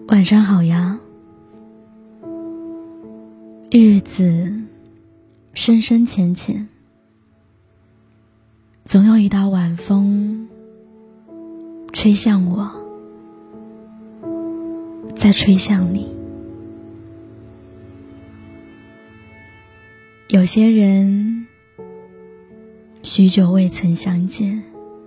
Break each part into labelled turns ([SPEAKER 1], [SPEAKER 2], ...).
[SPEAKER 1] 晚上好呀。日子深深浅浅，总有一道晚风吹向我，再吹向你。有些人许久未曾相见，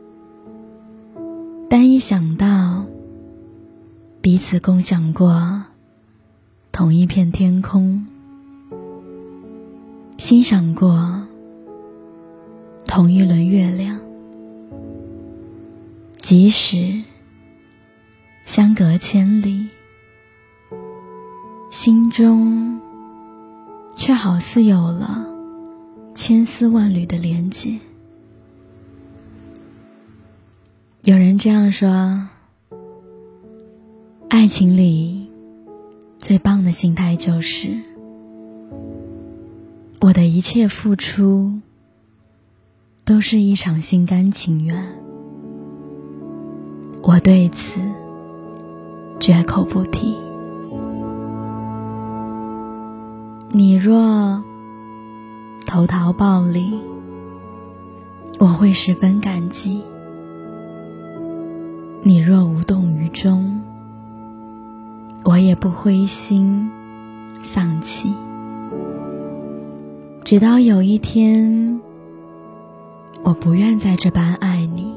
[SPEAKER 1] 但一想到彼此共享过同一片天空，欣赏过同一轮月亮，即使相隔千里，心中却好似有了千丝万缕的连结。有人这样说，爱情里最棒的心态就是我的一切付出都是一场心甘情愿，我对此绝口不提。你若投桃报李，我会十分感激；你若无动于衷，我也不灰心丧气。直到有一天，我不愿再这般爱你，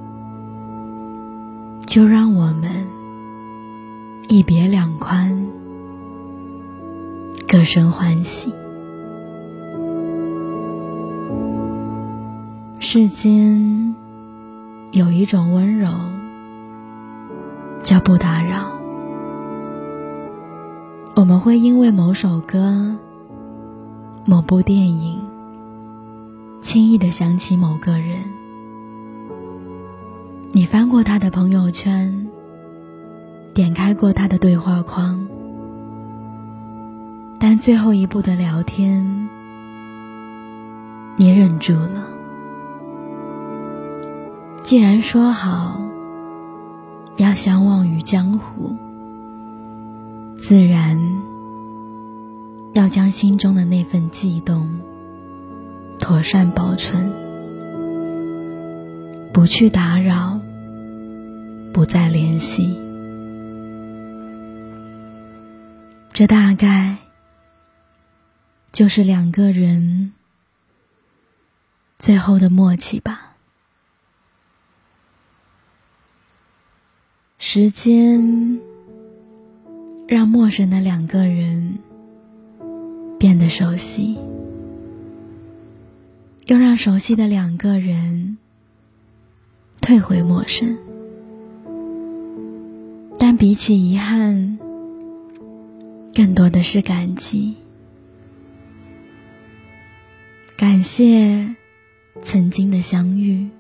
[SPEAKER 1] 就让我们一别两宽，各生欢喜。世间有一种温柔，叫不打扰。我们会因为某首歌、某部电影，轻易地想起某个人。你翻过他的朋友圈，点开过他的对话框，但最后一步的聊天，你忍住了。既然说好要相忘于江湖，自然要将心中的那份悸动妥善保存，不去打扰，不再联系。这大概就是两个人最后的默契吧。时间让陌生的两个人变得熟悉，又让熟悉的两个人退回陌生。但比起遗憾，更多的是感激。感谢曾经的相遇，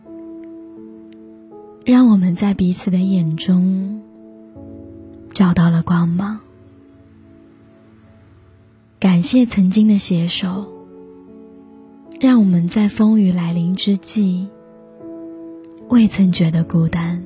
[SPEAKER 1] 让我们在彼此的眼中找到了光芒。感谢曾经的携手，让我们在风雨来临之际未曾觉得孤单。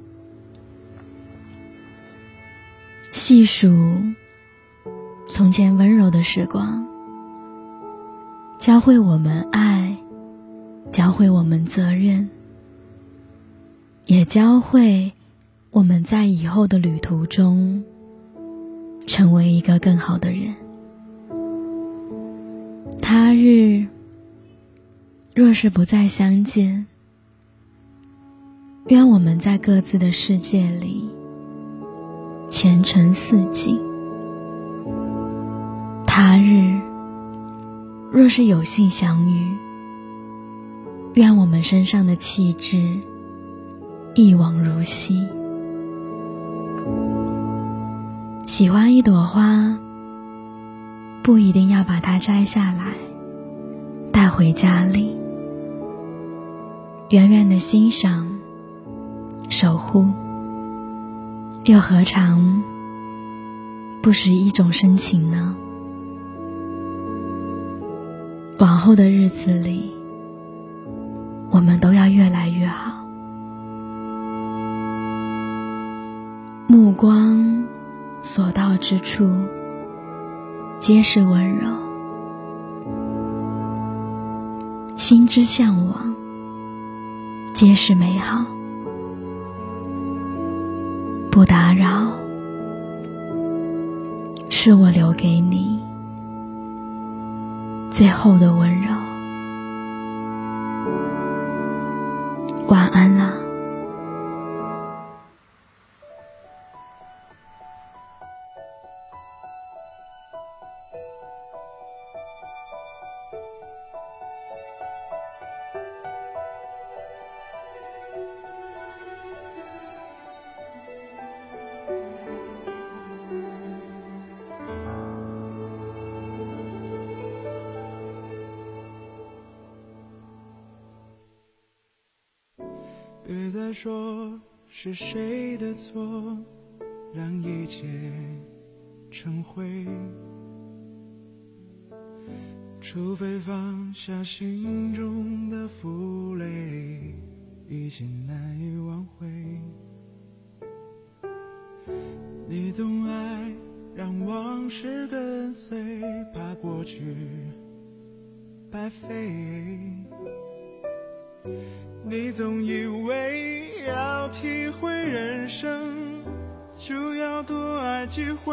[SPEAKER 1] 细数从前温柔的时光，教会我们爱，教会我们责任，也教会我们在以后的旅途中成为一个更好的人。他日若是不再相见，愿我们在各自的世界里前程似锦。他日若是有幸相遇，愿我们身上的气质一往如昔。喜欢一朵花，不一定要把它摘下来带回家里，远远的欣赏守护，又何尝不是一种深情呢？往后的日子里，我们都要越来越好。目光所到之处皆是温柔，心之向往皆是美好。不打扰，是我留给你最后的温柔。晚安了。
[SPEAKER 2] 别再说是谁的错，让一切成灰。除非放下心中的负累，一切难以挽回。你总爱让往事跟随，怕过去白费。你总以为要体会人生，就要多爱几回。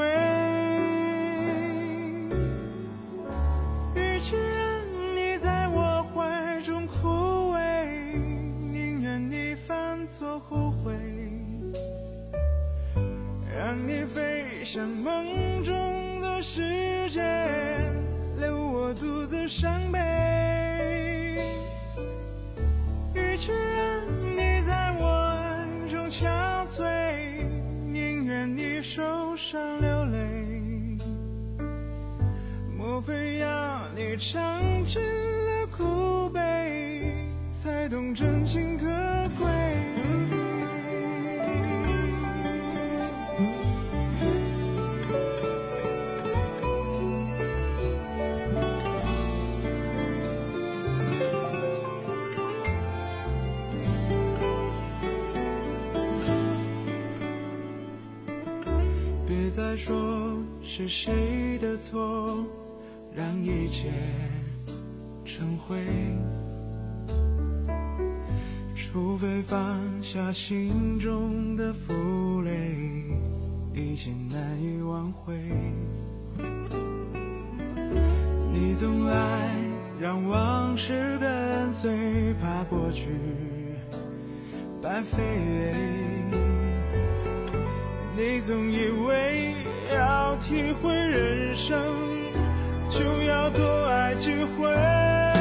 [SPEAKER 2] 与其让你在我怀中枯萎，宁愿你犯错后悔，让你飞向梦中的世界，留我独自伤悲。与其让你在我爱中憔悴，宁愿你受伤流泪。莫非要你尝尽了苦悲，才懂真情可贵？别再说是谁的错，让一切成灰。除非放下心中的负累，一切难以挽回。你总爱让往事跟随，怕过去白费。你总以为要体会人生，就要多爱几回。